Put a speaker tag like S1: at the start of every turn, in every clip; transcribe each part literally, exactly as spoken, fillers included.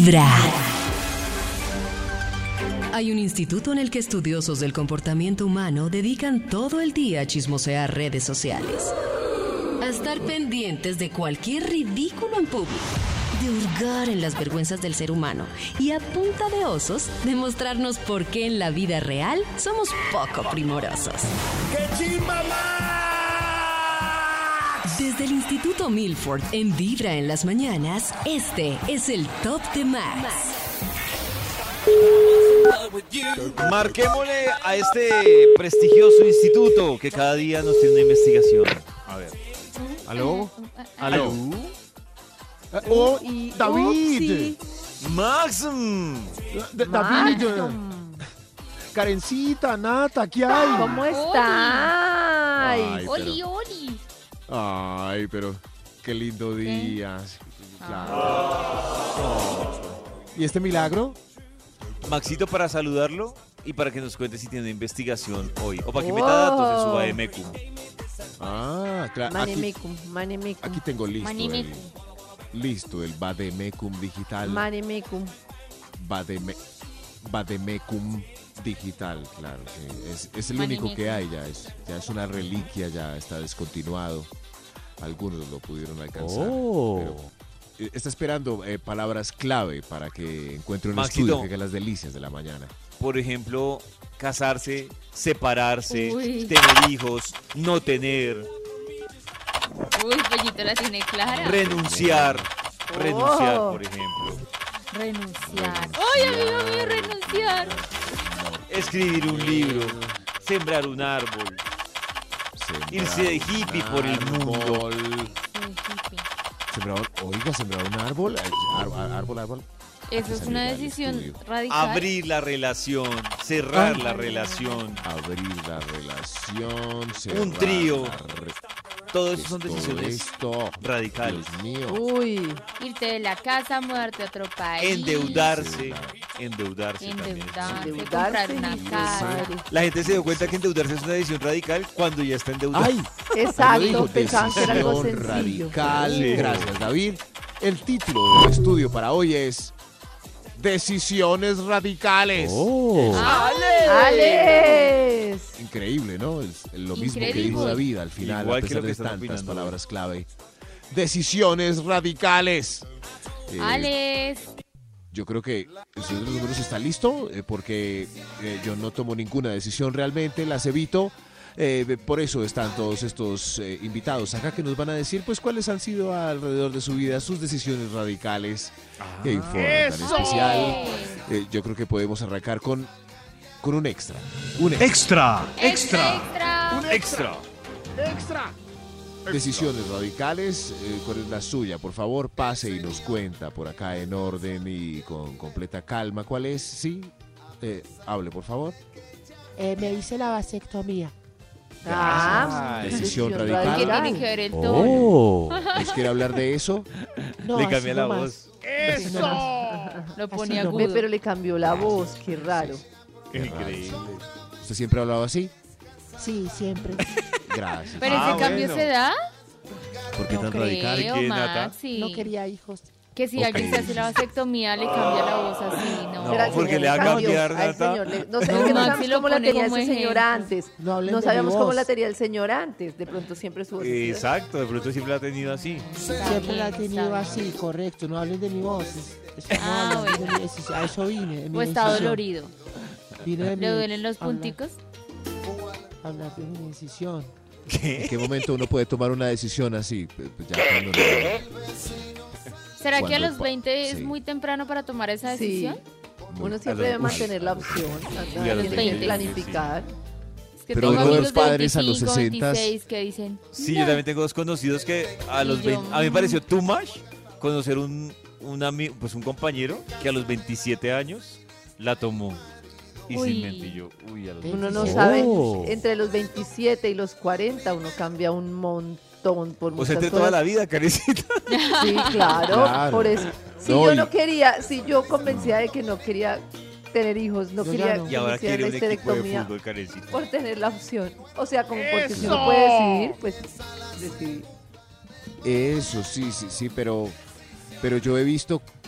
S1: Vibra. Hay un instituto en el que estudiosos del comportamiento humano dedican todo el día a chismosear redes sociales, a estar pendientes de cualquier ridículo en público, de hurgar en las vergüenzas del ser humano y a punta de osos demostrarnos por qué en la vida real somos poco primorosos.
S2: ¡Qué chimba!
S1: Desde el Instituto Milford en Vibra en las mañanas, este es el Top de Max.
S3: Marquémosle a este prestigioso instituto que cada día nos tiene una investigación. A ver.
S4: ¿Aló?
S3: ¿Aló?
S4: ¿Aló? ¡Oh, David!
S3: ¡Max!
S4: D- David. Karencita, Nata, ¿qué hay?
S5: ¿Cómo está?
S4: Ay,
S5: Oli,
S4: pero-
S5: oli.
S4: Ay, pero qué lindo día. Sí, claro. Oh. ¿Y este milagro?
S3: Maxito, para saludarlo y para que nos cuente si tiene investigación hoy. O para que
S5: Oh.
S3: meta datos en su Bademecum.
S4: Ah, claro. Aquí,
S5: Manemecum, manemecum.
S4: aquí tengo listo el,
S5: Manemecum.
S4: listo el Bademecum digital.
S5: Manemecum.
S4: Bademe, Bademecum digital, claro. Sí. Es, es el único
S5: Manemecum.
S4: que hay ya. Es, ya es una reliquia, ya está descontinuado. Algunos lo pudieron alcanzar.
S3: Oh.
S4: Pero, eh, está esperando eh, palabras clave para que encuentre un
S3: Maxito.
S4: estudio que haga las delicias de la mañana.
S3: Por ejemplo, casarse, separarse,
S5: Uy.
S3: tener hijos, no tener,
S6: Uy, Pollito la tiene clara.
S3: renunciar. Renunciar,
S5: Oh.
S3: por ejemplo.
S6: Renunciar. ¡Ay, amigo mío, renunciar!
S3: Escribir un libro, sembrar un árbol.
S4: Sembrar
S3: Irse de
S4: un
S3: hippie por el mundo.
S4: árbol.
S6: Soy hippie.
S4: Sembrar, oiga, sembrar un árbol. Ar- ar- árbol, árbol.
S6: Eso
S4: Aquí
S6: es
S4: salió
S6: una
S4: ya el
S6: decisión
S4: estudio.
S6: radical.
S3: Abrir la relación, cerrar
S4: Ah.
S3: la relación.
S4: Abrir la relación. cerrar
S3: Un trío.
S4: la re-
S3: Todo
S4: ¿Qué
S3: eso son
S4: es todo
S3: decisiones
S4: esto?
S3: radicales.
S4: Dios mío.
S5: Uy.
S6: Irte de la casa, mudarte a otro país.
S3: Endeudarse, endeudarse también.
S6: Endeudarse,
S5: Endeudarse,
S6: comprar una
S5: mi
S6: casa.
S5: madre.
S3: La gente se dio cuenta que endeudarse es una decisión radical cuando ya está endeudado.
S4: ¡Ay!
S5: Exacto,
S4: Dijo,
S5: pensaban que era algo
S4: decisión
S5: sencillo.
S4: radical.
S3: Sí.
S4: Gracias, David. El título del estudio para hoy es Decisiones radicales.
S3: Oh.
S5: ¡Alex!
S4: Increíble, ¿no? Es lo mismo que
S6: Increíble.
S4: dijo David al final,
S3: Igual
S4: a
S3: que
S4: pesar
S3: lo que
S4: de
S3: están
S4: tantas
S3: opinando
S4: palabras clave. Decisiones radicales. Eh,
S6: Alex.
S4: Yo creo que el señor de los números está listo, eh, porque eh, yo no tomo ninguna decisión realmente, las evito. Eh, por eso están todos estos eh, invitados acá que nos van a decir pues cuáles han sido alrededor de su vida sus decisiones radicales. Qué informe tan especial. Eh, yo creo que podemos arrancar con, con un extra. Un extra.
S6: Extra. Extra.
S3: Extra.
S4: ¡Extra! Decisiones radicales, eh, ¿cuál es la suya? Por favor, pase y nos cuenta por acá en orden y con completa calma. ¿Cuál es? Sí, eh, hable por favor.
S7: Eh, me hice la vasectomía.
S5: Ah,
S4: Decisión
S6: ¿Qué
S4: radical.
S6: tiene que ver el tono?
S3: Oh.
S4: ¿Nos quiere hablar de eso?
S7: No,
S3: Le
S7: así
S3: cambié la
S7: nomás.
S3: voz.
S7: Así nomás.
S6: Lo
S7: Así
S6: pone
S7: no.
S6: agudo.
S5: Ve, pero le cambió la voz, qué raro.
S4: Qué
S3: Increíble.
S4: raro. ¿Usted siempre ha hablado así?
S7: Sí, siempre.
S4: Gracias.
S6: ¿Pero
S3: Ah,
S6: ese cambio
S3: bueno.
S6: se da?
S4: ¿Por qué
S6: No
S4: tan radical?
S6: creo,
S3: ¿Qué, Nata?
S6: Maxi.
S7: No quería hijos.
S6: Que si
S4: Ok.
S6: alguien se hace la vasectomía le cambia la voz así, ¿no?
S3: No,
S5: ¿Será que
S3: porque
S5: ya
S3: le va a
S5: cambió?
S3: cambiar,
S5: Al
S3: Nata.
S5: señor le- No sé,
S6: No,
S5: es que no
S6: Maxi
S5: sabemos
S6: lo
S5: cómo la
S6: pone
S5: tenía
S6: como
S5: ese señor
S6: ejemplo.
S5: antes.
S7: No hablen
S5: No
S7: de
S5: sabemos
S7: mi
S5: cómo
S7: voz.
S5: la tenía el señor antes. De pronto siempre su voz. así.
S3: Exacto, de pronto siempre la ha tenido así.
S7: Siempre la he
S6: bien,
S7: tenido
S6: está
S7: así, correcto. No hablen de mi voz. Es- es- no
S6: Ah,
S7: hablen de
S6: bueno.
S7: mi decisión. A eso vine. de mi
S6: ¿O está
S7: decisión.
S6: dolorido?
S7: Vine de mi-
S6: ¿Le duelen los
S7: hablar-
S6: punticos?
S7: Hablar de mi decisión.
S4: ¿En qué momento uno puede tomar una decisión así? Pues, pues, ya cuando no-
S6: ¿Será que a
S4: Cuando
S6: los
S4: pa-
S6: veinte es
S4: sí.
S6: muy temprano para tomar esa
S5: Sí.
S6: decisión?
S5: Uno
S4: a
S5: siempre
S4: los-
S5: debe
S4: uy,
S5: mantener la opción.
S3: Y a los
S5: Tiene que
S6: veinte,
S5: planificar.
S6: Es que
S4: Pero
S6: tengo
S4: uno de
S6: amigos
S4: los padres a los
S6: veinticinco,
S4: sesentas.
S6: veintiséis que dicen,
S3: Sí, yo también tengo dos conocidos que a
S6: Y
S3: los
S6: yo,
S3: veinte, a mí me
S6: mm.
S3: pareció too much conocer un, un ami- pues un compañero que a los veintisiete años la tomó. Y
S6: Uy.
S3: sin mentir yo, uy, a los
S5: Uno no
S3: veintisiete.
S5: sabe,
S3: Oh.
S5: entre los veintisiete y los cuarenta uno cambia un montón por
S3: O
S5: muchas
S3: sea, entre
S5: cosas.
S3: toda la vida, Carecita.
S5: Sí, claro,
S4: Claro.
S5: por eso. Si
S4: No,
S5: yo
S4: y-
S5: no quería, si yo convencía de que no quería tener hijos, no
S7: Yo
S5: quería
S7: ya no.
S5: que
S3: Y ahora
S5: me hicieran
S3: quiere
S5: la
S3: un equipo de
S5: histerectomía
S3: fútbol, Carecita.
S5: por tener la opción. O sea, como porque si uno puede decidir, pues decidir.
S4: Eso, sí, sí, sí, pero, pero yo he visto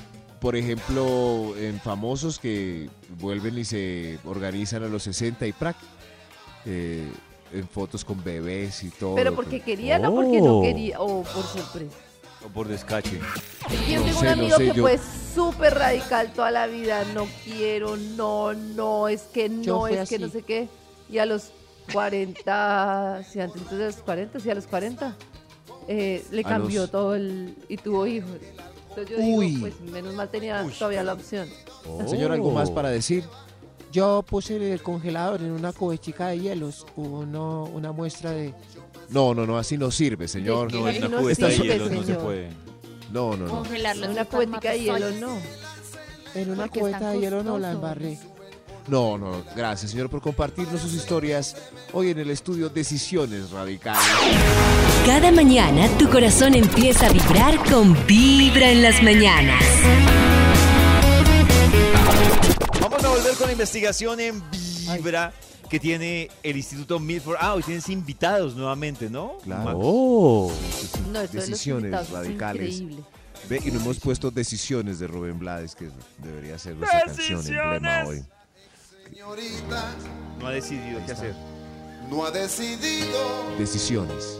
S4: por ejemplo, en famosos que vuelven y se organizan a los sesenta y prac, eh, en fotos con bebés y todo.
S5: Pero porque quería, no porque no
S4: Oh.
S5: quería, o por sorpresa.
S3: O por descache.
S5: Yo
S4: No
S5: tengo
S4: sé,
S5: un
S4: no
S5: amigo
S4: sé,
S5: que
S4: yo-
S5: fue súper radical toda la vida, no quiero, no, no, es que
S7: Yo
S5: no,
S7: fui
S5: es que no
S7: así.
S5: sé qué. Y a los cuarenta, sí, antes de los cuarenta, sí, a los cuarenta, eh, le
S4: A
S5: cambió
S4: los-
S5: todo el, y tuvo hijos. Entonces yo
S4: Uy.
S5: digo, pues menos mal tenía todavía la opción.
S4: Señor, ¿algo más para decir?
S7: Yo puse en el congelador en una cubechita de hielos uno, una muestra de...
S4: No, no, no, así no sirve, señor.
S5: ¿De
S3: No,
S5: qué?
S3: en
S5: Así
S3: una
S5: no
S3: cubeta de
S5: sirve,
S3: hielo no se
S5: señor.
S3: puede.
S4: No, no, no.
S6: Congelarlo.
S5: Una cubetica de hielo, no.
S7: En una
S6: Porque
S7: cubeta
S6: están
S7: de hielo no la
S6: costosos.
S7: embarré.
S4: No, no, gracias, señor, por compartirnos sus historias hoy en el estudio Decisiones Radicales.
S1: Cada mañana tu corazón empieza a vibrar con Vibra en las mañanas.
S3: Vamos a volver con la investigación en Vibra que tiene el Instituto Milford. Ah, hoy tienes invitados nuevamente, ¿no?
S4: Claro.
S3: Max?
S4: Oh,
S5: No, esto de los
S4: decisiones
S5: invitados es
S4: radicales.
S5: increíble.
S4: Ve, y no hemos puesto Decisiones de Rubén Blades, que debería ser nuestra canción emblema hoy.
S3: No ha decidido qué hacer.
S2: No ha decidido
S4: Decisiones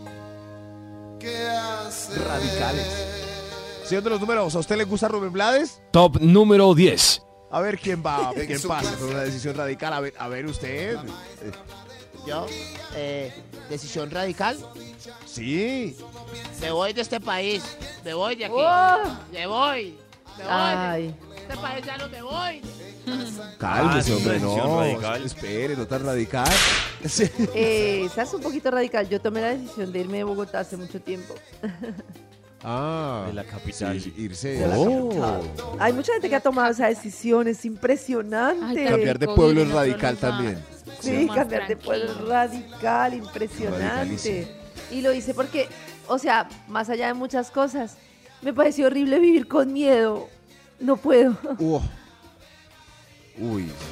S2: qué hacer.
S4: radicales. Señor de los números, ¿a usted le gusta Rubén Blades?
S8: Top número diez.
S4: A ver quién va,
S2: En
S4: quién
S2: su
S4: pasa
S2: casa.
S4: con una decisión radical. A ver, a ver usted. Eh,
S7: Yo, eh, decisión radical,
S4: Sí.
S7: me voy de este país, me voy de aquí,
S5: ¡Oh!
S7: me voy, me voy,
S5: Ay,
S7: de este país ya no me voy.
S4: Cálmese,
S3: Ah,
S4: hombre,
S3: sí, decisión
S4: no.
S3: radical.
S4: Espere, no tan radical. Sí.
S5: eh, esa es un poquito radical. Yo tomé la decisión de irme de Bogotá hace mucho tiempo.
S4: Ah,
S3: De la capital.
S4: sí, irse.
S5: De la capital. Hay mucha gente que ha tomado esa decisión, es impresionante.
S6: Ay,
S4: Cambiar de
S6: COVID
S4: pueblo es
S6: en otro
S4: radical
S6: lugar.
S4: también.
S5: Sí,
S6: Más
S5: cambiar de pueblo es
S6: tranquilo.
S5: radical, impresionante.
S4: Radicalísimo.
S5: Y lo hice porque, o sea, más allá de muchas cosas, me pareció horrible vivir con miedo. No puedo.
S4: Uh. Uy. Sí,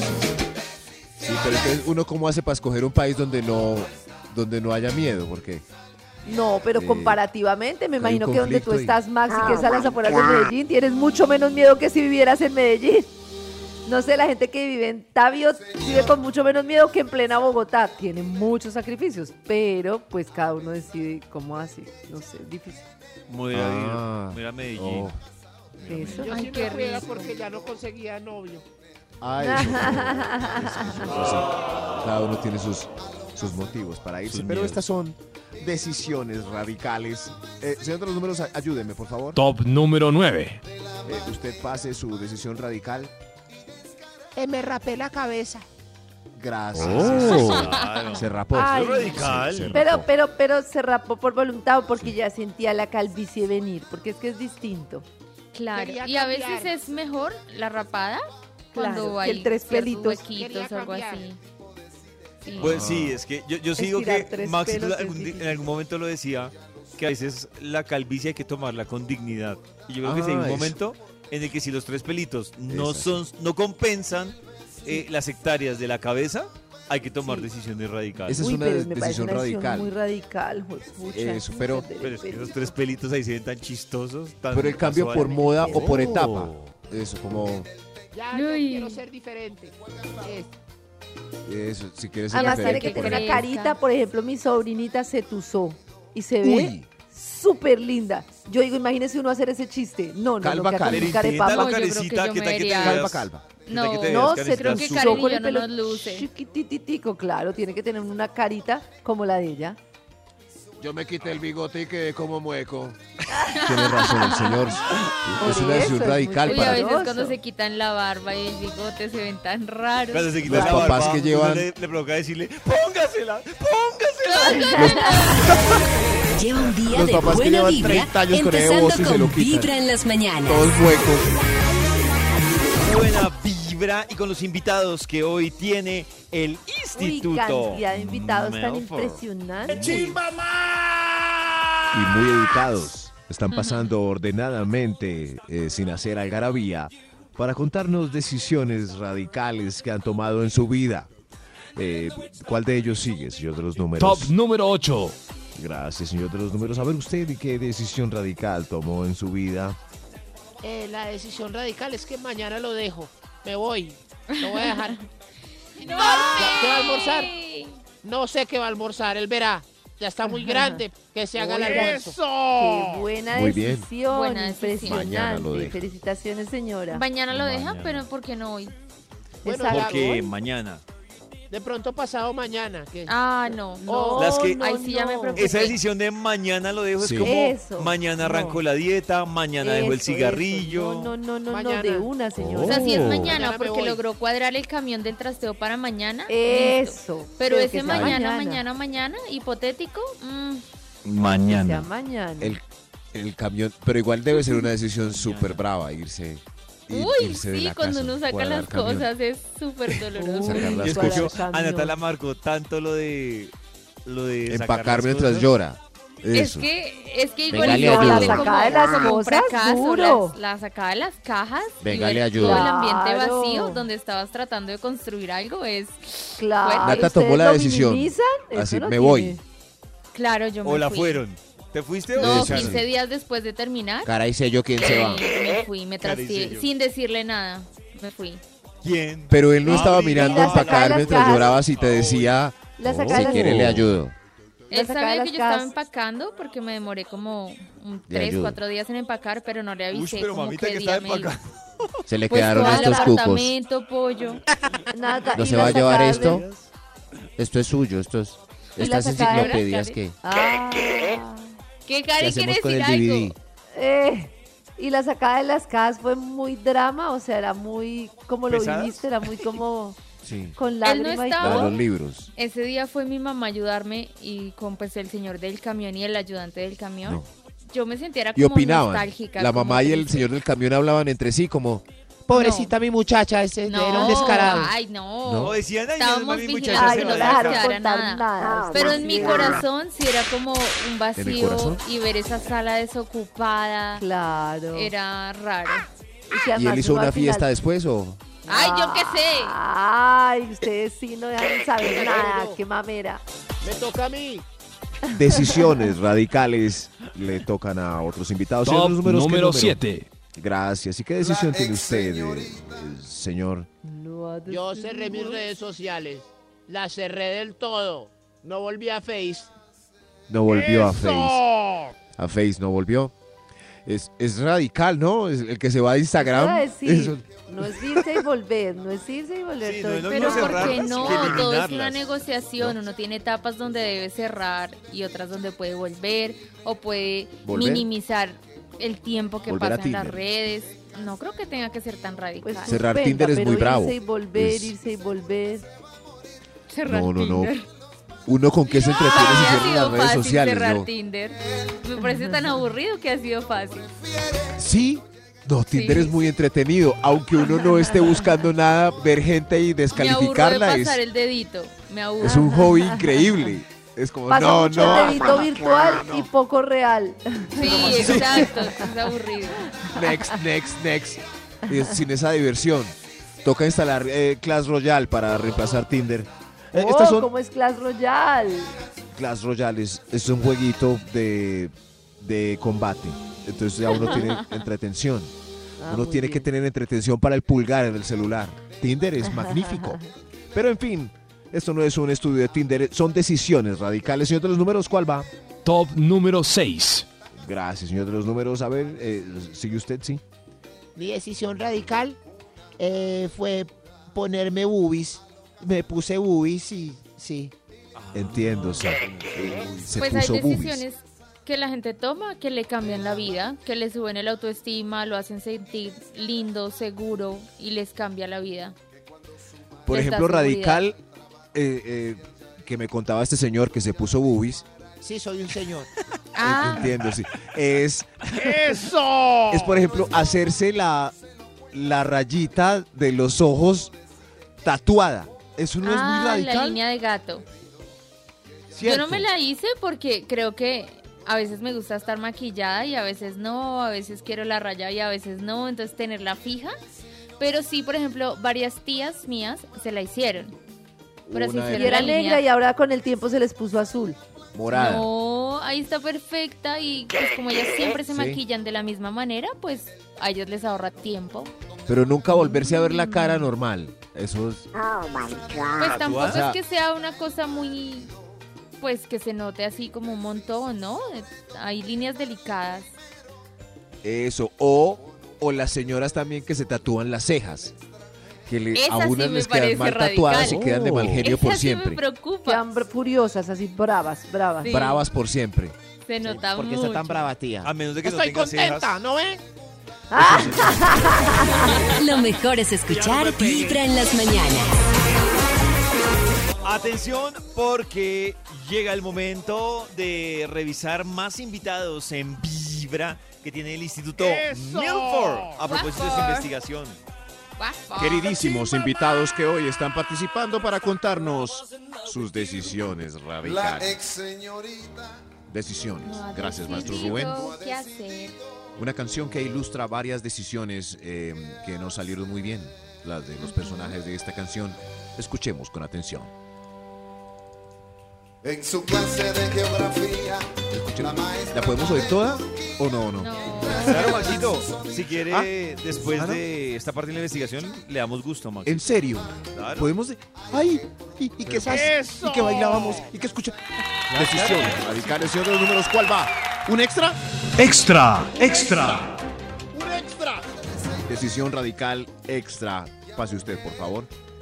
S4: sí, pero entonces uno cómo hace para escoger un país donde no, donde no haya miedo, porque
S5: No, pero
S4: Eh,
S5: comparativamente, me
S4: hay un
S5: imagino que donde tú
S4: conflicto y-
S5: estás, Max, y que es a las afueras de Medellín, tienes mucho menos miedo que si vivieras en Medellín. No sé, la gente que vive en Tabio vive con mucho menos miedo que en plena Bogotá. Tiene muchos sacrificios, pero pues cada uno decide cómo hace. No sé, es difícil.
S3: Muy a vivir.
S4: Ah.
S3: Mira Medellín.
S4: Oh.
S5: Eso.
S7: Yo
S6: Ay,
S7: sí
S6: qué
S7: me fui era
S6: rico.
S7: porque ya no conseguía novio.
S4: Ah, eso. Eso, eso, sí. Cada uno tiene sus, sus motivos para irse,
S3: Sus
S4: pero
S3: miedos.
S4: estas son decisiones radicales. Eh, señor de los números, a- ayúdeme, por favor.
S8: Top número nueve.
S4: Eh, usted pase su decisión radical.
S7: Eh, me rapé la cabeza.
S4: Gracias.
S3: Claro.
S4: Se rapó.
S5: Ay.
S3: Es radical.
S4: Sí, se
S5: Pero,
S4: rapó.
S5: pero, pero se rapó por voluntad o porque ya sentía la calvicie venir, porque es que es distinto.
S6: Claro.
S7: Quería
S6: Y a veces
S7: cambiar.
S6: es mejor la rapada cuando
S5: Claro, que
S6: hay
S5: el tres
S6: ciertos
S5: pelitos.
S6: huequitos
S7: Quería
S6: o algo
S7: cambiar.
S6: así. Sí.
S3: Pues sí, es que yo, yo sí digo
S5: Estirar
S3: que
S5: tres
S3: Maxi tú
S5: pelos es
S3: algún di-
S5: difícil.
S3: en algún momento lo decía, que a veces la calvicie hay que tomarla con dignidad. Y yo creo que si hay
S4: Ah,
S3: un
S4: eso.
S3: momento en el que si los tres pelitos no
S4: Exacto.
S3: son, no compensan eh, las hectáreas de la cabeza, hay que tomar
S5: Sí.
S3: decisiones radicales.
S4: Esa es
S5: Uy,
S4: una
S5: pero
S4: de-
S5: me parece
S4: decisión
S5: una decisión
S4: radical.
S5: muy radical. juepucha,
S4: Eso, pero-
S5: perder el
S3: Pero es que esos
S5: pelito.
S3: tres pelitos ahí se ven tan chistosos, tan
S4: Pero el cambio por
S3: casuales.
S4: moda o por
S3: Oh.
S4: etapa. Eso, como.
S7: Ya, yo
S6: Uy.
S7: quiero ser diferente. Es-
S4: Eso, si quieres ser
S5: Además tiene
S4: diferente.
S5: que
S4: por
S5: tener una
S6: ejemplo.
S5: carita, por ejemplo, mi sobrinita se tusó y se ve
S4: Uy.
S5: súper linda. Yo digo, imagínese uno hacer ese chiste. No, no,
S4: Calva,
S5: no, queda
S4: calva.
S5: con
S3: Pero
S5: un cara de
S3: inténtalo,
S5: papa.
S6: No, yo creo que
S3: Karencita,
S6: yo
S3: ¿qué
S6: me
S3: tal que te
S6: vería-
S3: veas?
S4: Calva, calva.
S3: ¿Qué tal
S6: No,
S3: que te
S5: No,
S3: veas,
S5: se
S3: Karencita,
S6: creo que
S3: súper-
S6: Karen
S5: tusó con
S6: ya
S5: el
S6: no
S5: pelo
S6: nos luce.
S5: chiquititico, claro, tiene que tener una carita como la de ella.
S4: Yo me quité el bigote y quedé como mueco. Tiene razón el señor.
S5: Por
S4: Es una decisión
S5: eso es muy
S4: radical
S6: Uy, a
S4: para.
S6: veces
S5: Poderoso.
S6: cuando se quitan la barba y el bigote se ven tan raros.
S3: Cuando se quita
S4: Los
S3: la
S4: papás
S3: barba,
S4: que
S3: uno
S4: llevan-
S3: le, le provoca decirle, póngasela, póngasela.
S1: Lleva un día
S4: Los
S1: de
S4: papás que
S1: buena
S4: llevan
S1: vibra,
S4: treinta años con ese
S1: empezando
S4: bozo y se lo
S1: con
S4: quitan.
S1: Vibra en las mañanas.
S4: Todos muecos.
S3: Buena vibra y con los invitados que hoy tiene el
S5: Uy,
S3: Instituto
S5: cantidad de invitados tan
S3: Milford.
S5: impresionantes.
S4: Y muy educados. Están pasando ordenadamente, eh, sin hacer algarabía, para contarnos decisiones radicales que han tomado en su vida. Eh, ¿Cuál de ellos sigue, señor de los números?
S8: Top número ocho.
S4: Gracias, señor de los números. A ver usted, ¿y qué decisión radical tomó en su vida?
S7: Eh, la decisión radical es que mañana lo dejo. Me voy. Lo voy a dejar.
S6: ¡No!
S7: Ya, ¿qué va a almorzar? No sé qué va a almorzar, él verá. Ya está muy grande, que se haga el almuerzo.
S5: Qué buena
S4: Muy bien.
S5: decisión.
S6: Buena decisión.
S4: Mañana lo
S5: Impresionante.
S4: deja.
S5: Felicitaciones, señora.
S6: Mañana lo deja,
S3: Mañana.
S6: pero ¿por qué no hoy?
S7: Bueno,
S5: Exacto.
S3: Porque mañana.
S7: De pronto pasado mañana. Que...
S6: Ah, no.
S5: No,
S3: Las que-
S5: no,
S6: Ahí sí ya me
S5: no.
S6: preocupé.
S3: Esa decisión de mañana lo dejo
S4: Sí.
S3: es como
S5: Eso.
S3: mañana arranco
S5: No.
S3: la dieta, mañana dejo el
S5: Eso,
S3: cigarrillo.
S5: eso. No, no, no, no,
S7: Mañana.
S5: no, de una, señora.
S6: O sea, si es
S4: Oh.
S6: mañana
S7: Mañana me
S6: porque
S7: voy.
S6: logró cuadrar el camión del trasteo para mañana. listo.
S5: Eso.
S6: Pero
S5: que
S6: ese
S5: sea
S6: mañana, mañana, mañana, hipotético, mm,
S5: Que sea
S3: Mañana.
S5: mañana.
S4: El, el camión, pero igual debe ser una decisión súper brava irse. ir-
S6: uy,
S4: irse de
S6: sí,
S4: la
S6: cuando
S4: casa,
S6: uno saca
S4: cuadrar
S6: las
S4: camión.
S6: cosas es súper doloroso.
S4: Sacar las
S3: Yo
S5: Cuadrar
S3: escucho
S5: camión.
S3: a Natalia Marco tanto lo de lo de sacar
S4: Empacar
S3: las
S4: mientras
S3: cosas.
S4: llora.
S6: Es
S4: Eso.
S6: que, es que
S4: Véngale,
S6: igual yo
S4: ayude.
S6: ven
S5: La
S6: como,
S5: sacada de las
S6: como un
S5: cosas,
S6: fracaso,
S5: duro.
S6: las- la sacada de las cajas
S4: Véngale,
S6: y ver
S4: ayude.
S6: todo el ambiente
S5: Claro.
S6: vacío donde estabas tratando de construir algo es,
S5: Claro.
S4: Nata
S5: ¿Ustedes
S4: tomó la
S5: lo
S4: decisión.
S5: minimizan? Eso
S4: Así,
S5: no
S4: me voy.
S5: tiene.
S6: claro, yo me
S3: O la
S6: fui.
S3: fueron. ¿Te fuiste o
S6: No,
S3: te echaron?
S6: quince días después de terminar,
S4: Cara y sello, ¿quién se va?
S6: me fui, me
S3: Cara y
S6: trasteé,
S3: sello.
S6: sin decirle nada, me fui.
S3: ¿Quién?
S4: Pero él no
S3: Ah,
S4: estaba
S3: mira.
S4: mirando
S5: Y la sacada de
S4: empacar
S5: las
S4: mientras
S5: cajas.
S4: llorabas y te decía,
S5: La
S4: "Oh,
S5: sacada
S4: si
S5: de las-
S4: quiere le ayudo.
S5: La
S6: Él
S5: sacada de
S6: sabía
S5: las
S6: que yo estaba
S5: cajas.
S6: empacando porque me demoré como un
S4: Le
S6: tres,
S4: ayudo.
S6: cuatro días en empacar, pero no le
S3: Uy,
S6: avisé
S3: pero
S6: como
S3: mamita
S6: qué
S3: que
S6: día
S3: estaba
S6: me iba.
S3: empacando.
S4: Se le
S6: Pues
S4: quedaron
S6: todo el
S4: estos cucos.
S6: apartamento, pollo.
S5: Nada,
S4: ¿No
S5: y
S4: se
S5: la
S4: va a llevar
S5: sacada
S4: esto?
S5: de-
S4: Esto es suyo, esto es...
S5: ¿Y
S4: Estas
S5: la sacada de
S4: enciclopedias
S6: las
S4: que,
S5: Ah.
S6: ¿Qué
S4: que
S6: Cari quiere
S4: hacemos con el
S6: decir
S4: D V D.
S6: algo?
S5: Eh, y la sacada de las cajas fue muy drama, o sea, era muy, como lo
S3: ¿Pesadas?
S5: viviste, era muy como
S4: Sí,
S5: con
S6: Él no
S5: lágrimas y
S6: estaba.
S4: la de
S5: todo.
S4: los libros.
S6: Ese día fue mi mamá a ayudarme y con pues el señor del camión y el ayudante del camión.
S4: No.
S6: Yo me sentía
S4: Y
S6: como
S4: opinaban.
S6: nostálgica.
S4: La
S6: como
S4: mamá y el
S6: triste.
S4: señor del camión hablaban entre sí como,
S7: Pobrecita mi muchacha, ese
S6: No,
S7: era un descarado.
S6: ay, no.
S4: No.
S3: O decían, ay,
S6: Estábamos
S3: mi
S6: vigilando
S3: muchacha
S5: Ay,
S3: se
S5: no
S3: va
S5: la
S3: de
S5: dejaron
S3: acá.
S6: quedara
S5: contar
S6: nada.
S5: nada.
S6: Pero
S5: sí,
S6: en mi
S5: sí,
S6: corazón sí era como un vacío
S4: corazón?
S6: y ver esa sala desocupada
S5: Claro.
S6: era raro.
S5: que
S4: ¿y
S5: además
S4: él hizo
S5: uno
S4: una
S5: al final-
S4: fiesta después o...?
S6: Ay, yo qué sé.
S5: Ay, ustedes sí no dejan saber nada, qué mamera.
S7: Me toca a mí.
S4: Decisiones radicales le tocan a otros invitados. Señor,
S8: Top
S4: los números, ¿qué
S8: número
S4: número?
S8: siete.
S4: Gracias. ¿Y qué decisión
S2: La
S4: tiene
S2: ex
S4: usted, eh,
S2: señorita.
S4: eh, señor?
S5: No ha de
S7: Yo
S5: ser
S7: cerré mis
S5: muy-
S7: redes sociales. Las cerré del todo. No volví a Face.
S4: No volvió a
S7: ¡Eso!
S4: Face. A Face no volvió. Es, es radical, ¿no? Es el que se va a Instagram.
S5: Iba a decir,
S4: Eso-
S5: no es irse y volver, no es irse y volver.
S3: Sí,
S5: todo
S3: no
S5: el
S3: es lo
S6: Pero
S3: mismo
S5: tiempo.
S6: ¿por qué
S3: cerrarlas
S6: no?
S3: que
S6: Todo es una
S3: eliminarlas.
S6: negociación. Uno tiene etapas donde debe cerrar y otras donde puede volver o puede
S4: ¿Volver?
S6: minimizar el tiempo que
S4: Volver a
S6: pasa en las
S4: Tinder.
S6: redes. No creo que tenga que ser tan radical.
S5: Pues
S4: Cerrar
S5: suspenda,
S4: Tinder es
S5: pero
S4: muy bravo.
S5: Irse y volver,
S4: Es-
S5: irse y volver.
S6: Cerrar
S4: No, no, no.
S6: Tinder.
S4: Uno con qué se entretiene
S6: Para
S4: si
S6: mí ha
S4: cierra
S6: sido
S4: las redes
S6: fácil
S4: sociales,
S6: cerrar
S4: ¿no?
S6: Tinder. Me parece tan aburrido que ha sido fácil.
S4: Sí. No, Tinder
S6: Sí.
S4: es muy entretenido. Aunque uno no esté buscando nada, ver gente y
S6: Me aburro de
S4: descalificarla es,
S6: pasar el dedito. Me aburro.
S4: es un hobby increíble. Es como,
S5: Pasa
S4: no,
S5: mucho
S4: no.
S5: el dedito virtual y poco real.
S6: Sí, exacto. Es aburrido.
S4: Next, next, next. Y es- sin esa diversión. Toca instalar eh, Clash Royale para reemplazar Tinder. Eh,
S5: Oh,
S4: estas son
S5: ¿cómo es Clash Royale?
S4: Clash Royale, es, es un jueguito de, de combate. Entonces ya uno tiene entretención.
S5: Ah,
S4: Uno
S5: muy
S4: tiene que
S5: bien.
S4: tener entretención para el pulgar en el celular. Tinder es magnífico. Pero en fin, esto no es un estudio de Tinder, son decisiones radicales. Señor de los números, ¿cuál va?
S8: Top número seis.
S4: Gracias, señor de los números. A ver, eh, ¿sigue usted? Sí.
S7: Mi decisión radical eh, fue ponerme boobies. Me puse boobies y sí.
S4: Entiendo, sí. Eh, se
S6: Pues hay
S4: puso boobies.
S6: decisiones que la gente toma que le cambian la vida, que le suben el autoestima, lo hacen sentir lindo, seguro y les cambia la vida.
S4: Por
S6: les da
S4: ejemplo,
S6: seguridad.
S4: radical, eh, eh, que me contaba este señor que se puso boobies.
S7: Sí, soy un señor.
S6: Ah,
S4: Entiendo, sí. Es,
S7: ¡Eso!
S4: es, por ejemplo, hacerse la, la rayita de los ojos tatuada. Eso no es muy
S6: ah,
S4: radical.
S6: la línea de gato. Yo
S4: ¿cierto?
S6: no me la hice porque creo que a veces me gusta estar maquillada y a veces no, a veces quiero la raya y a veces no, entonces tenerla fija. Pero sí, por ejemplo, varias tías mías se la hicieron. Pero sí
S4: Una
S6: hicieron
S5: Y era
S6: la línea.
S5: negra y ahora con el tiempo se les puso azul.
S4: Morada.
S6: No, ahí está perfecta y pues como ellas siempre se
S4: Sí.
S6: maquillan de la misma manera, pues a ellos les ahorra tiempo.
S4: Pero nunca volverse a ver la cara normal. Eso es...
S6: Pues tampoco
S4: O sea-
S6: es que sea una cosa muy, pues que se note así como un montón, ¿no? Hay líneas delicadas.
S4: Eso. O, o las señoras también que se tatúan las cejas. Que le,
S6: Esa
S4: a
S6: sí
S4: unas
S6: me
S4: les quedan
S6: parece
S4: mal tatuadas
S6: radical.
S4: y quedan de mal genio por
S6: Esa sí
S4: siempre.
S6: me preocupa.
S5: Quedan br- furiosas, así bravas, bravas.
S6: Sí.
S4: Bravas por siempre.
S6: Se nota
S7: ¿Por qué
S6: mucho.
S7: está tan brava, tía?
S3: A menos de que no
S7: Estoy
S3: tenga
S7: contenta,
S3: cejas.
S7: ¿no ven?
S1: Lo mejor es escuchar Vibra en las mañanas.
S3: Atención, porque llega el momento de revisar más invitados en Vibra que tiene el Instituto Milford a propósito de su
S6: Guapo.
S3: investigación.
S6: Guapo.
S4: Queridísimos invitados que hoy están participando para contarnos sus decisiones
S2: La
S4: radicales.
S2: ex señorita.
S4: Decisiones.
S6: No ha
S4: Gracias, maestro
S6: decidido
S4: Rubén.
S6: ¿Qué hacer?
S4: Una canción que ilustra varias decisiones eh, que no salieron muy bien, las de los personajes de esta canción. Escuchemos con atención.
S2: En su clase de geografía.
S4: Escuchemos.
S2: La maestra
S4: ¿La podemos oír toda o no? o no?
S6: No.
S3: Claro, Maxito, si quiere,
S4: Ah.
S3: después
S4: Ah, ¿no?
S3: de esta parte de la investigación, le damos gusto, Maxito.
S4: ¿En serio?
S3: Claro.
S4: ¿Podemos? de- ¡Ay! ¿Y, y qué sas? ¿Y qué bailábamos? ¿Y qué escucha? Decisiones radicales, señor de los números. ¿Cuál va? ¿Un extra?
S8: Extra, extra.
S4: ¡Un extra! Decisión radical extra. Pase usted, por favor.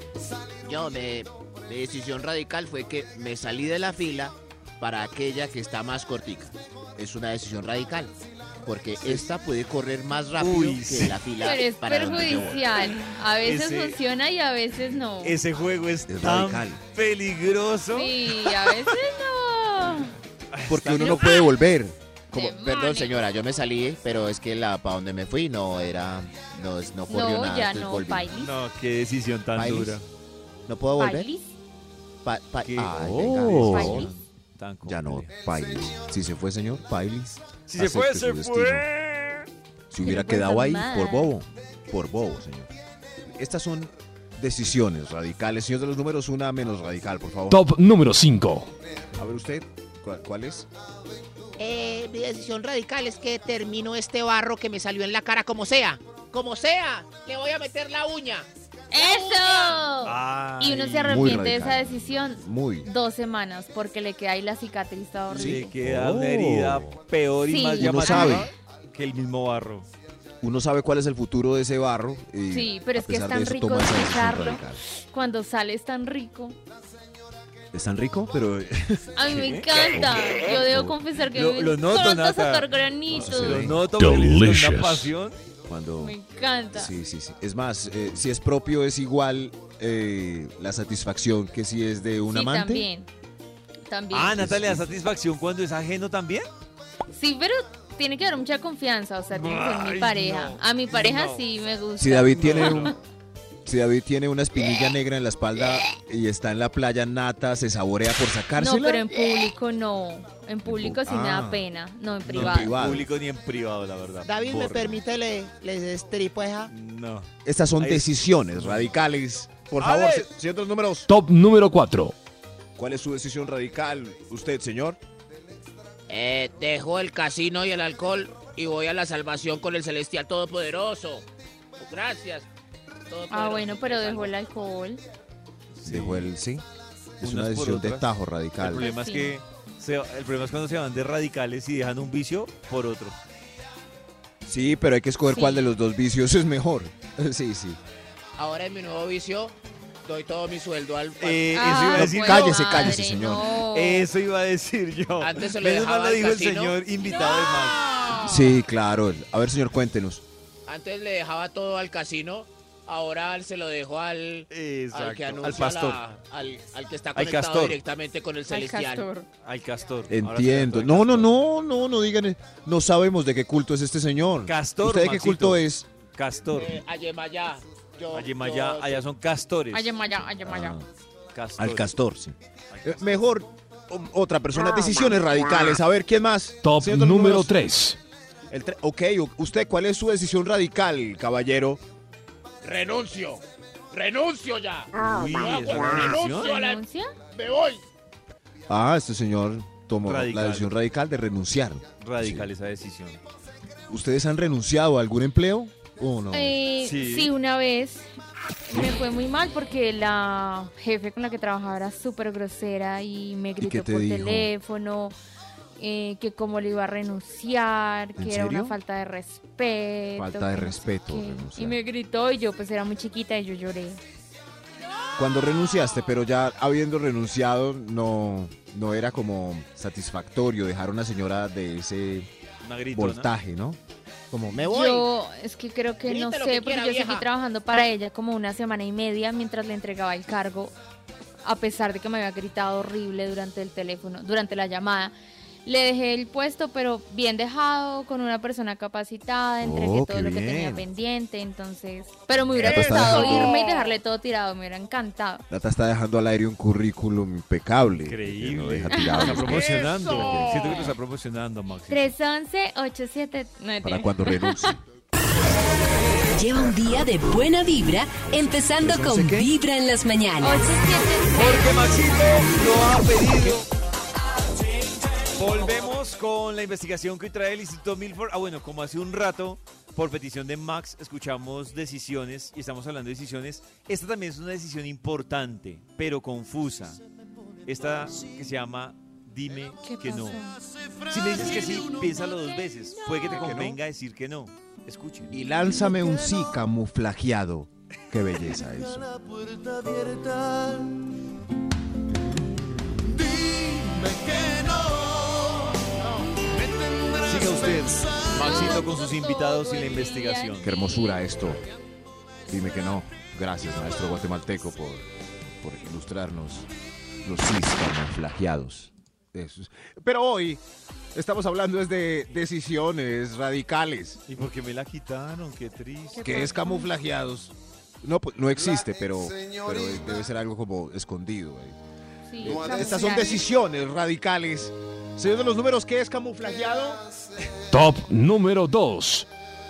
S7: Yo, me, mi decisión radical fue que me salí de la fila para aquella que está más cortica. Es una decisión radical, porque esta puede correr más rápido
S3: Uy,
S7: que
S3: sí.
S7: la fila
S6: Pero es
S7: para donde yo voy.
S6: perjudicial. A veces
S3: Ese-
S6: funciona y a veces no.
S3: Ese juego es,
S4: Es
S3: tan
S4: radical.
S3: peligroso.
S6: Sí, a veces no.
S4: Porque uno no puede volver.
S7: Como,
S6: Demonios.
S7: perdón, señora, yo me salí, pero es que la para donde me fui no era, no, es- no corrió
S6: No,
S7: nada.
S6: ya
S7: entonces
S6: no,
S7: volví.
S6: bailis.
S3: No, qué decisión tan
S7: Bailis.
S3: dura.
S7: ¿No puedo volver?
S6: Bailis.
S7: Pa- pa-
S3: ¿Qué?
S7: Ay,
S4: Oh.
S7: venga, por
S6: Bailis.
S7: favor.
S3: Tan
S4: Ya no,
S3: complejo.
S4: Pailis. Si se fue, señor, Pailis.
S3: Si se fue,
S4: Acepte
S3: se
S4: su destino.
S3: fue.
S4: Si hubiera
S6: Pero
S4: quedado ahí,
S6: mal.
S4: por bobo. Por bobo, señor. Estas son decisiones radicales. Señor de los números, una menos radical, por favor.
S8: Top número cinco.
S4: A ver usted, ¿cuál, cuál es?
S7: Eh, mi decisión radical es que termino este barro que me salió en la cara como sea. Como sea, le voy a meter la uña.
S6: ¡Eso!
S3: Ay,
S6: Y uno se
S4: muy
S6: arrepiente de
S4: radical.
S6: esa decisión
S4: Muy.
S6: dos semanas porque le queda ahí la cicatriz toda horrible.
S3: Le queda una
S4: Oh.
S3: herida peor y
S6: Sí.
S3: más
S6: Uno
S3: llamativa
S4: sabe.
S3: que el mismo barro.
S4: Uno sabe cuál es el futuro de ese barro. Y
S6: Sí, pero
S4: a
S6: es que es
S4: pesar de
S6: tan
S4: eso
S6: rico
S4: toma esa decisión
S6: escucharlo.
S4: radical.
S6: Cuando sale es tan rico.
S4: Es tan rico, pero
S6: A mí me encanta. Yo debo confesar que
S3: Lo-
S6: me
S3: lo noto,
S6: encanta
S3: Nata.
S6: sacar granitos.
S4: No,
S3: Lo
S4: Sí.
S3: noto porque le hizo con
S8: Delicious.
S3: una pasión.
S4: cuando...
S6: Me encanta.
S4: Sí, sí, sí. Es más, eh, si es propio es igual eh, la satisfacción que si es de un
S6: Sí,
S4: amante.
S6: también. También.
S3: Ah, Natalia, ¿da satisfacción cuando es ajeno también?
S6: Sí, pero tiene que haber mucha confianza. O sea, tiene que ser mi
S3: Ay,
S6: pareja.
S3: no.
S6: A mi pareja
S3: No.
S6: sí me gusta.
S4: Si David tiene
S3: No,
S4: un, si David tiene una espinilla negra en la espalda y está en la playa Nata, se saborea por sacársela.
S6: No, pero en público no. En público sí me
S4: Ah.
S6: da pena. No, en
S3: No
S6: privado.
S3: en
S4: privado.
S3: público ni en privado, la verdad.
S7: David, ¿me
S3: Borre.
S7: permite le, le destripo esa?
S3: No.
S4: Estas son
S3: Ahí-
S4: decisiones radicales. Por
S3: A
S4: favor,
S3: ver.
S4: se- señor de los números,
S8: Top número cuatro.
S4: ¿cuál es su decisión radical? Usted, señor.
S7: Eh, dejo el casino y el alcohol y voy a la salvación con el celestial todopoderoso. Gracias. Todopoderoso.
S6: Ah, bueno, pero dejó el alcohol.
S4: Dejó el sí. Es
S3: Unas
S4: una
S3: por
S4: decisión de
S3: otras.
S4: tajo
S3: El
S4: radical.
S3: problema es
S6: Sí.
S3: que se- el problema es cuando se van de radicales y dejan un vicio por otro.
S4: Sí, pero hay que escoger
S6: Sí.
S4: cuál de los dos vicios es mejor. Sí, sí.
S7: Ahora en mi nuevo vicio, doy todo mi sueldo al... al-
S3: Eh, eso
S6: Ah,
S3: iba a decir.
S6: pues,
S4: cállese,
S6: madre,
S4: cállese, señor.
S6: no.
S3: Eso iba a decir yo.
S7: Antes se lo
S3: Menos
S7: dejaba
S3: mal lo
S7: al
S3: dijo el
S7: casino.
S3: señor invitado de Max.
S4: Sí, claro. A ver, señor, cuéntenos.
S7: Antes le dejaba todo al casino, ahora se lo dejo al...
S3: Exacto.
S7: Al que anuncia
S3: al pastor.
S7: la- al, al que está
S3: Al
S7: conectado
S3: castor.
S7: directamente con el
S6: Al
S7: celestial.
S6: castor.
S3: Al castor. Ahora
S4: Entiendo.
S3: se
S4: No,
S3: llama
S4: no, no, no, no digan. eh. No sabemos de qué culto es este señor.
S3: Castor,
S4: ¿Usted de qué
S3: Maxito.
S4: culto es?
S3: Castor.
S7: Eh, Ayemayá. Yo-
S3: Ayemayá,
S7: yo-
S3: allá son castores.
S6: Ayamaya, ayamaya.
S4: Ah,
S3: Castores.
S4: al castor, sí.
S3: Al
S4: Eh,
S3: castor.
S4: mejor o- otra persona. Decisiones radicales. A ver, ¿quién más?
S8: Top
S4: Señor de los
S8: número
S4: números.
S8: tres.
S4: El tre- ok, u- ¿usted cuál es su decisión radical, caballero?
S7: Renuncio. Renuncio ya.
S3: Uy,
S7: No,
S3: ¿esa
S7: renuncio
S3: decisión?
S7: a la-
S6: ¿Renuncia?
S7: Me voy.
S4: Ah, este señor tomó
S3: Radical.
S4: la decisión radical de renunciar.
S3: Radical esa decisión.
S4: ¿Ustedes han renunciado a algún empleo o no?
S6: Eh,
S3: Sí.
S6: sí. una vez me fue muy mal porque la jefe con la que trabajaba era súper grosera y me
S4: qué
S6: gritó
S4: te
S6: por
S4: dijo?
S6: teléfono, eh, que cómo le iba a renunciar,
S4: ¿En
S6: que era una
S4: serio?
S6: falta de respeto.
S4: Falta de
S6: que no sé
S4: respeto,
S6: qué.
S4: renunciar.
S6: Y me gritó y yo pues era muy chiquita y yo lloré.
S4: Cuando renunciaste, pero ya habiendo renunciado, no, no era como satisfactorio dejar a una señora de ese
S3: Una gritona.
S4: voltaje, ¿no?
S7: Como me voy.
S6: Yo es que creo que no
S7: Grite lo
S6: sé,
S7: que
S6: porque
S7: quiera,
S6: yo
S7: vieja.
S6: seguí trabajando para ella como una semana y media mientras le entregaba el cargo, a pesar de que me había gritado horrible durante el teléfono, durante la llamada. Le dejé el puesto, pero bien dejado, con una persona capacitada, entregué
S4: Oh,
S6: todo
S4: qué
S6: lo que
S4: bien.
S6: tenía pendiente, entonces... Pero me hubiera
S4: Ya te está
S6: gustado
S4: dejando-
S6: irme y dejarle todo tirado, me hubiera encantado.
S4: Nata está dejando al aire un currículum impecable.
S3: Increíble.
S4: Que no deja
S3: Lo
S4: tirado
S3: está
S4: los
S3: promocionando.
S7: ¡Eso!
S3: Siento que lo está promocionando, Maxi.
S6: tres once, ocho siete... No,
S4: para
S6: mentira.
S4: cuando renuncie.
S1: Lleva un día de buena vibra, empezando
S4: ¿Pero no
S1: con
S4: sé qué?
S1: Vibra en las mañanas.
S6: ocho siete
S3: Porque Maxito lo ha pedido. Volvemos con la investigación que hoy trae el Instituto Milford. Ah, bueno, como hace un rato, por petición de Max, escuchamos decisiones y estamos hablando de decisiones. Esta también es una decisión importante, pero confusa. Esta que se llama Dime
S6: ¿Qué
S3: que no.
S6: pasó?
S3: Si me dices que sí, piénsalo dos veces. Puede que te convenga decir que no. Escuchen.
S4: Y lánzame un sí camuflajeado. Qué belleza eso.
S3: Siga usted, Maxito, con sus invitados y la investigación.
S4: Qué hermosura esto. Dime que no. Gracias, maestro guatemalteco, por, por ilustrarnos los sís camuflajeados. Eso es. Pero hoy estamos hablando es de decisiones radicales.
S3: ¿Y por qué me la quitaron? Qué triste.
S4: ¿Qué es camuflajeados? No, pues, no existe, pero, pero debe ser algo como escondido. eh.
S6: Sí,
S4: Estas son
S6: camuflaje.
S4: decisiones radicales. Señor de los números, ¿qué es camuflajeado?
S8: Top número dos.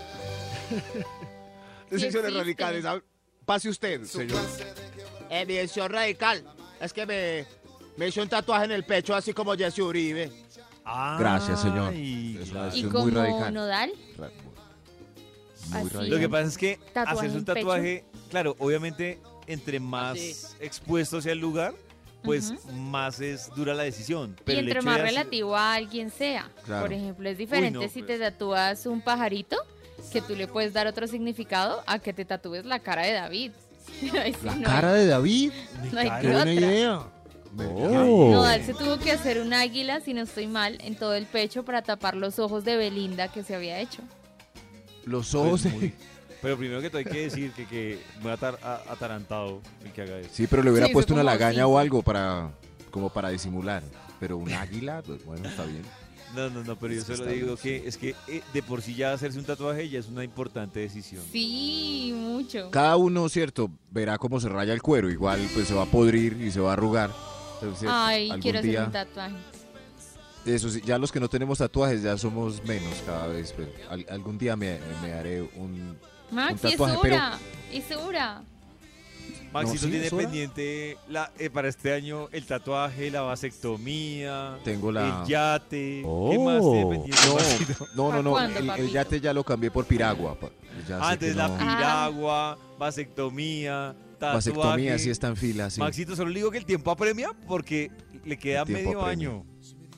S4: Decisiones
S6: existe.
S4: radicales. A- Pase usted, señor.
S7: Eh, mi decisión radical es que me, me hice un tatuaje en el pecho así como Jesse Uribe.
S4: Gracias, señor.
S3: Ay,
S4: Es una
S3: claro.
S6: ¿Y
S4: decisión
S6: como
S4: muy radical.
S6: nodal?
S4: Ra-
S6: Así.
S4: Muy radical.
S3: Lo que pasa es que
S6: Tatuaje
S3: hacerse un
S6: en pecho.
S3: tatuaje, claro, obviamente, entre más
S7: Así.
S3: expuesto sea el lugar, pues
S6: Ujú.
S3: más es dura la decisión.
S6: Y
S3: Pero el
S6: entre
S3: hecho
S6: más
S3: de hacer-
S6: relativo a alguien sea.
S4: Claro.
S6: Por ejemplo, es diferente
S3: no,
S6: si
S3: pues.
S6: te tatúas un pajarito, que tú le puedes dar otro significado, a que te tatúes la cara de David. Ahí sí
S4: La
S6: no
S4: cara
S6: hay-
S4: de David.
S6: no hay
S4: Qué
S6: de
S4: buena
S6: otra.
S4: idea.
S8: Oh.
S6: Nodal se tuvo que hacer un águila, si no estoy mal, en todo el pecho para tapar los ojos de Belinda que se había hecho.
S4: Los
S3: Pues
S4: ojos de...
S3: muy- Pero primero que todo hay que decir que, que muy atar- a- atarantado el que haga eso.
S4: Sí, pero le hubiera
S6: Sí,
S4: puesto
S6: hizo
S4: una
S6: como
S4: lagaña
S6: cinco.
S4: o algo para, como para disimular. Pero un águila, pues, bueno, está bien.
S3: No, no, no, pero yo
S4: Es que
S3: solo
S4: está
S3: digo
S4: bien.
S3: que es que eh, de por sí ya hacerse un tatuaje ya es una importante decisión.
S6: Sí, mucho.
S4: Cada uno, cierto, verá cómo se raya el cuero. Igual, pues se va a podrir y se va a arrugar. Entonces,
S6: Ay,
S4: algún
S6: quiero hacer
S4: día-
S6: un tatuaje.
S4: Eso sí, ya los que no tenemos tatuajes ya somos menos cada vez. Pero al- algún día me, me haré un...
S6: Maxi, es
S4: tatuaje, pero-
S6: hora. Es hora.
S3: Maxito
S4: sí,
S3: tiene
S4: es hora.
S3: pendiente la, eh, para este año el tatuaje, la vasectomía,
S4: Tengo la...
S3: el yate. ¿Qué
S8: Oh.
S3: más tiene pendiente, Maxito?
S4: No, no,
S6: ¿Pa'
S4: no.
S6: cuándo,
S4: el, el
S6: papito?
S4: yate ya lo cambié por piragua. pa- ya sé
S3: Ah,
S4: que
S3: entonces la
S4: no-
S3: piragua, vasectomía, tatuaje.
S4: vasectomía sí está en fila, sí.
S3: Maxito, solo le digo que el tiempo apremia porque le queda
S4: El tiempo
S3: medio
S4: apremia.
S3: año.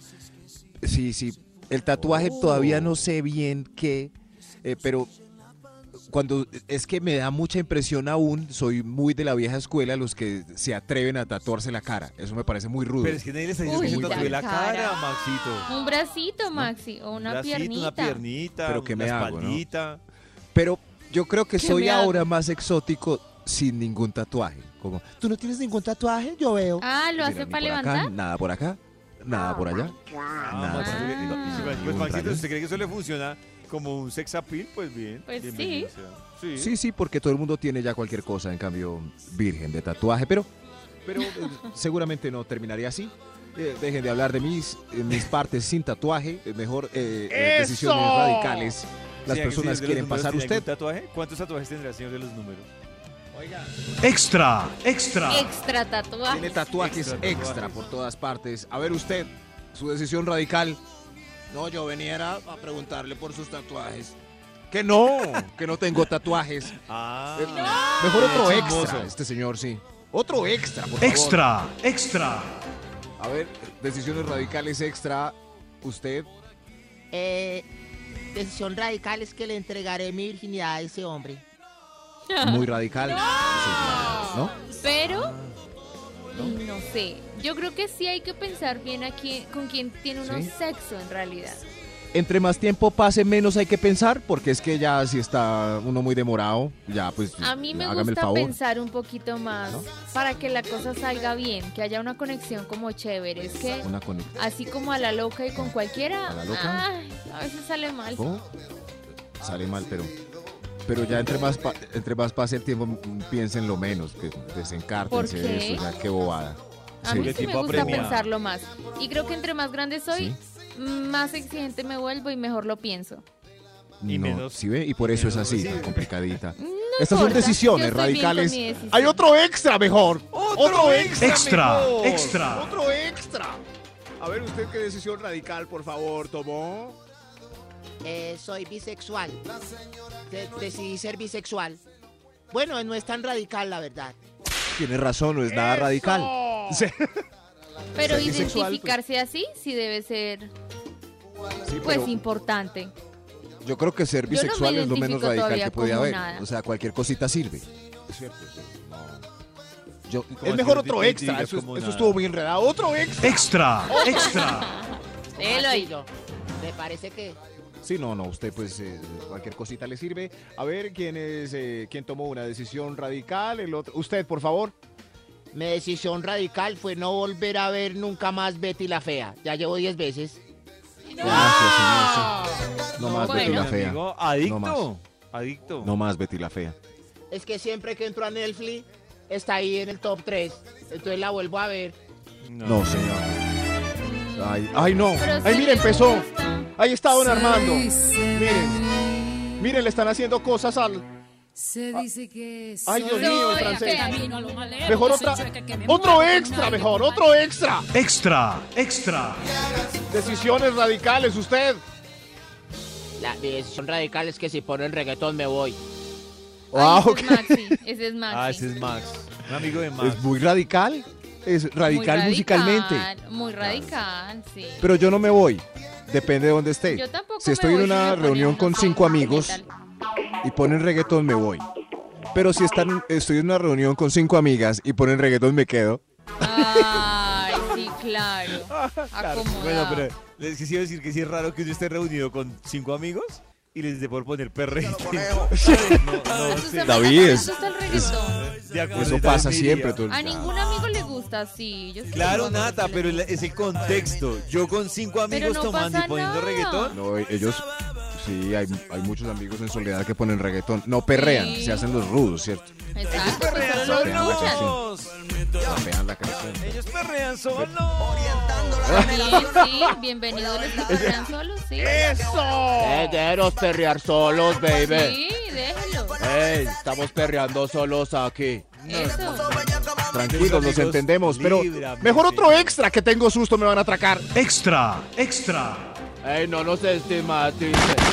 S4: Sí, sí. El tatuaje
S3: Oh.
S4: todavía no sé bien qué, eh, pero cuando es que me da mucha impresión aún, soy muy de la vieja escuela los que se atreven a tatuarse la cara. Eso me parece muy rudo.
S3: Pero es que nadie le está diciendo
S6: Uy,
S3: que se
S6: la
S3: tatúe la cara,
S6: cara.
S3: Maxito.
S6: Un bracito, Maxi, o
S3: Un
S6: una
S3: bracito,
S6: piernita.
S3: una piernita,
S4: Pero ¿qué
S3: una
S4: me hago, no?
S3: espaldita.
S4: Pero yo creo que
S6: ¿Qué
S4: soy
S6: me hago?
S4: ahora más exótico sin ningún tatuaje. Como, ¿tú no tienes ningún tatuaje? Yo veo.
S6: Ah, ¿lo
S4: Mira,
S6: hace
S4: ni
S6: para
S4: por acá,
S6: levantar?
S4: nada por acá, nada por allá.
S3: Ah,
S4: Nada,
S3: Maxito,
S6: pues,
S3: que-
S6: ah.
S3: y- pues,
S4: Ningún
S3: Maxito,
S4: rayo.
S3: si usted cree que eso le funciona como un sex appeal, pues bien.
S6: Pues
S3: bienvenido
S6: sí.
S3: sea. Sí.
S4: Sí, sí, porque todo el mundo tiene ya cualquier cosa, en cambio, virgen de tatuaje, pero, pero eh, seguramente no terminaría así. Eh, dejen de hablar de mis, eh, mis partes sin tatuaje, eh, mejor eh, eh, decisiones radicales. Las
S3: Sí, ¿a que
S4: personas
S3: señor de los
S4: quieren
S3: números
S4: pasar
S3: tiene
S4: usted.
S3: algún tatuaje? ¿Cuántos tatuajes tendrá, señor de los números?
S8: Extra, extra.
S6: Extra tatuaje.
S4: Tiene tatuajes
S3: Extra
S4: extra,
S3: tatuajes.
S4: por todas partes. A ver usted, su decisión radical.
S7: No, yo veniera a preguntarle por sus tatuajes.
S4: Que no, que no tengo tatuajes.
S3: Ah,
S4: Eh, Mejor otro
S3: Qué
S4: extra,
S3: chismoso.
S4: este señor, sí. Otro extra, por favor.
S8: Extra, extra.
S4: A ver, decisiones radicales extra. Usted,
S7: Eh, decisión radical es que le entregaré mi virginidad a ese hombre.
S4: muy radical. Sí, ¿no?
S6: Pero, no sé, yo creo que sí hay que pensar bien a quién, con quién tiene uno
S4: ¿Sí?
S6: sexo en realidad.
S4: Entre más tiempo pase, menos hay que pensar, porque es que ya si está uno muy demorado, ya pues
S6: A mí me
S4: hágame el
S6: gusta
S4: favor.
S6: pensar un poquito más para que la cosa salga bien, que haya una conexión como chévere. Es que
S4: Una conexión.
S6: así como a la loca y con cualquiera,
S4: ¿A la loca?
S6: ay, a veces sale mal.
S4: ¿Cómo? Sale mal, pero pero ya entre más pa- entre más pase el tiempo, mm, piensen lo menos, que desencártense
S6: ¿Por
S4: de
S6: qué?
S4: eso, ya qué bobada.
S6: A
S4: Sí.
S6: mí
S3: El
S6: sí me
S3: tiempo
S6: gusta
S3: apremia.
S6: pensarlo más. Y creo que entre más grande soy,
S4: ¿Sí?
S6: más exigente me vuelvo y mejor lo pienso.
S3: Y
S4: No,
S3: menos-
S4: ¿sí ve? Y por eso es
S3: menos
S4: así,
S3: recibe.
S4: tan complicadita.
S6: No
S4: Estas son
S6: importa,
S4: decisiones
S6: yo estoy bien con
S4: radicales.
S6: mi decisión.
S4: Hay otro extra mejor.
S3: Otro extra
S8: Extra,
S3: mejor.
S8: extra.
S4: Otro extra. A ver, usted qué decisión radical, por favor, tomó.
S7: Eh, soy bisexual. De- decidí ser bisexual. Bueno, no es tan radical, la verdad.
S4: Tiene razón, no es nada radical. Sí.
S6: Pero
S4: Ser bisexual,
S6: identificarse así sí debe ser,
S4: Sí,
S6: pues,
S4: pero
S6: importante.
S4: yo creo que ser
S6: Yo no me
S4: bisexual es lo menos
S6: identifico
S4: radical
S6: todavía
S4: que puede
S6: como
S4: haber.
S6: nada.
S4: O sea, cualquier cosita sirve. Es cierto, sí, no. Yo,
S3: ¿Cómo
S4: es
S3: así
S4: mejor
S3: no
S4: otro
S3: te
S4: extra.
S3: digas
S4: Eso,
S3: como
S4: eso
S3: nada?
S4: estuvo muy enredado. Otro extra.
S8: Extra, extra.
S6: Déjelo ahí.
S7: ¿Le parece que?
S4: Sí, no, no, usted pues eh, cualquier cosita le sirve. A ver, ¿quién es, eh, quién tomó una decisión radical? El otro, usted, por favor.
S7: Mi decisión radical fue no volver a ver nunca más Betty la Fea. Ya llevo diez veces.
S4: Gracias, señor. sí. No más
S6: Bueno.
S4: Betty la
S3: Mi
S4: fea.
S3: amigo,
S4: No
S3: adicto.
S4: más.
S3: Adicto.
S4: No más Betty la fea.
S7: Es que siempre que entro a Netflix, está ahí en el top tres. Entonces la vuelvo a ver.
S4: No, señor. Ay, ay, no.
S6: Pero
S4: Ay,
S6: sí
S4: mire,
S6: me
S4: empezó.
S6: gusta.
S4: Ahí está don Armando. Miren. Miren, le están haciendo cosas al.
S9: Se dice que
S4: Ay, Dios mío, el
S6: Soy
S4: francés.
S6: fea.
S4: Mejor otra. Otro extra, mejor. Otro extra.
S8: Extra, extra.
S4: Decisiones radicales, usted.
S7: La, mi decisión radical es que si ponen reggaetón me voy.
S4: Ah,
S6: Ay,
S4: ok.
S6: ese es Maxi, ese es Maxi.
S3: Ah, ese es Max. Un amigo de Max.
S4: Es muy radical. Es
S6: Muy
S4: radical musicalmente.
S6: radical, Muy radical, sí.
S4: Pero yo no me voy. Depende de dónde esté.
S6: Yo tampoco
S4: Si
S6: me
S4: estoy en
S6: voy
S4: una
S6: me ponen
S4: reunión
S6: una
S4: con
S6: música
S4: cinco amigos
S6: metal.
S4: y ponen reggaetón, me voy. Pero si están, estoy en una reunión con cinco amigas y ponen reggaetón, me quedo.
S6: Ay, sí, claro.
S3: Claro.
S6: Acomodado.
S3: Bueno, pero les quisiera decir que sí es raro que uno esté reunido con cinco amigos y les dé por poner perreíto. No, no
S6: Eso
S3: sé.
S6: está-
S4: David,
S6: ¿a
S4: es-
S6: quién le gusta el reggaetón?
S3: De acuerdo,
S4: Eso
S3: yo
S4: pasa
S3: también
S4: siempre.
S3: diría.
S4: tú-
S6: A ningún amigo le gusta así. Yo sí
S3: Claro,
S6: tengo amigos
S3: Nata,
S6: que
S3: pero
S6: les-
S3: es el contexto. Yo con cinco amigos
S6: no
S3: tomando y
S6: pasa
S3: poniendo
S6: nada.
S3: reggaetón.
S4: No, ellos, sí, hay, hay muchos amigos en soledad que ponen reggaetón. No perrean,
S6: Sí.
S4: se hacen los rudos, ¿cierto?
S6: Exacto,
S3: Perrean
S6: pues solo lo escuchan.
S3: solos.
S4: Rapean la canción.
S3: Ellos perrean solos.
S6: Bien, sí, bienvenido los que perrean solos, sí.
S7: Eh, déjenos perrear solos, baby.
S6: Sí, déjelo.
S7: Ey, estamos perreando solos aquí.
S6: Eso.
S4: Tranquilos, nos
S3: amigos,
S4: entendemos, pero
S3: líbrame,
S4: mejor
S3: sí.
S4: otro extra que tengo susto, me van a atracar.
S8: Extra, extra.
S7: Ey, no nos estigmaticen.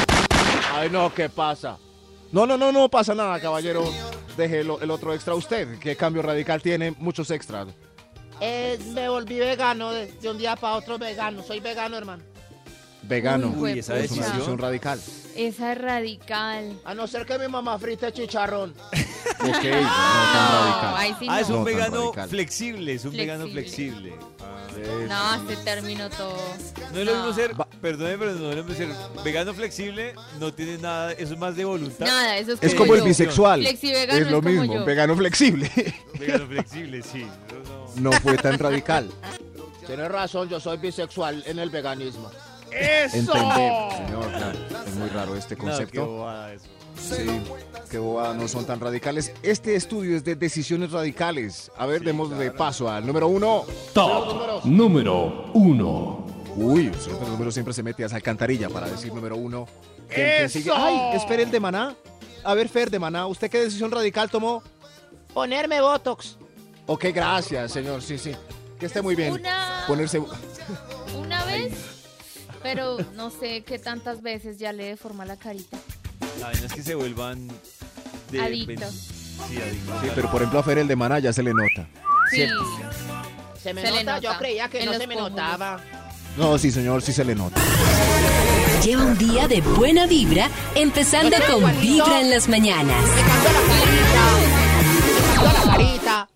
S7: Ay, no, ¿qué pasa?
S4: No, no, no, no pasa nada, caballero. Deje el, el otro extra a usted. ¿Qué cambio radical tiene? Muchos extras.
S7: Eh, me volví vegano de, de un día para otro vegano. Soy vegano, hermano.
S4: Vegano.
S6: Uy,
S3: Uy, esa
S4: es una
S3: decisión.
S4: decisión radical.
S6: Esa es radical.
S7: A no ser que mi mamá frite chicharrón.
S4: Ok, no tan radical.
S6: Ay, sí,
S3: Ah, es
S6: no.
S3: un
S4: No tan
S3: vegano
S4: radical.
S3: flexible, es un vegano
S6: Flexible.
S3: flexible.
S6: No, se terminó todo.
S3: No es lo mismo
S6: No.
S3: ser, perdone, pero no es lo mismo ser vegano flexible, no tiene nada, eso es más de voluntad.
S6: Nada, eso es,
S4: Es
S6: como
S4: como el
S6: yo.
S4: bisexual.
S6: Flexivegano
S4: Es lo
S6: es como
S4: mismo,
S6: yo.
S4: vegano flexible.
S3: Vegano flexible, sí. No, no.
S4: No fue tan radical.
S7: Tienes razón, yo soy bisexual en el veganismo.
S4: Entendemos, señor. claro, Es muy raro este
S3: No, qué
S4: concepto.
S3: bobada eso.
S4: Sí, qué bobada, no son tan radicales. Este estudio es de decisiones radicales. A ver, demos de paso al número uno.
S8: Top número uno.
S4: Uy, siempre el número siempre se mete a esa alcantarilla para decir número uno. ¿Quién- quién sigue? ¡Ay! Es Fer el de Maná. A ver, Fer de Maná, ¿usted qué decisión radical tomó?
S7: Ponerme Botox.
S4: Ok, gracias, señor. Sí, sí. Que esté muy bien.
S6: Una,
S4: Ponerse.
S6: una vez vez, pero no sé qué tantas veces ya le deforma la carita.
S3: La vaina es que se vuelvan de
S6: Adictos.
S3: Sí, adictos.
S10: Sí, pero por ejemplo a Fer el de Maná ya se le nota.
S6: Sí.
S7: Se me
S6: Se le
S7: nota, yo
S6: nota
S7: creía que
S6: en
S7: no
S6: los
S7: se me
S6: pómulos.
S7: notaba.
S10: No, sí señor, sí se le nota.
S1: Lleva un día de buena vibra, empezando
S7: Yo soy
S1: con
S7: igualito.
S1: Vibra en las mañanas.
S7: Me cambió la carita. Me cambió la carita.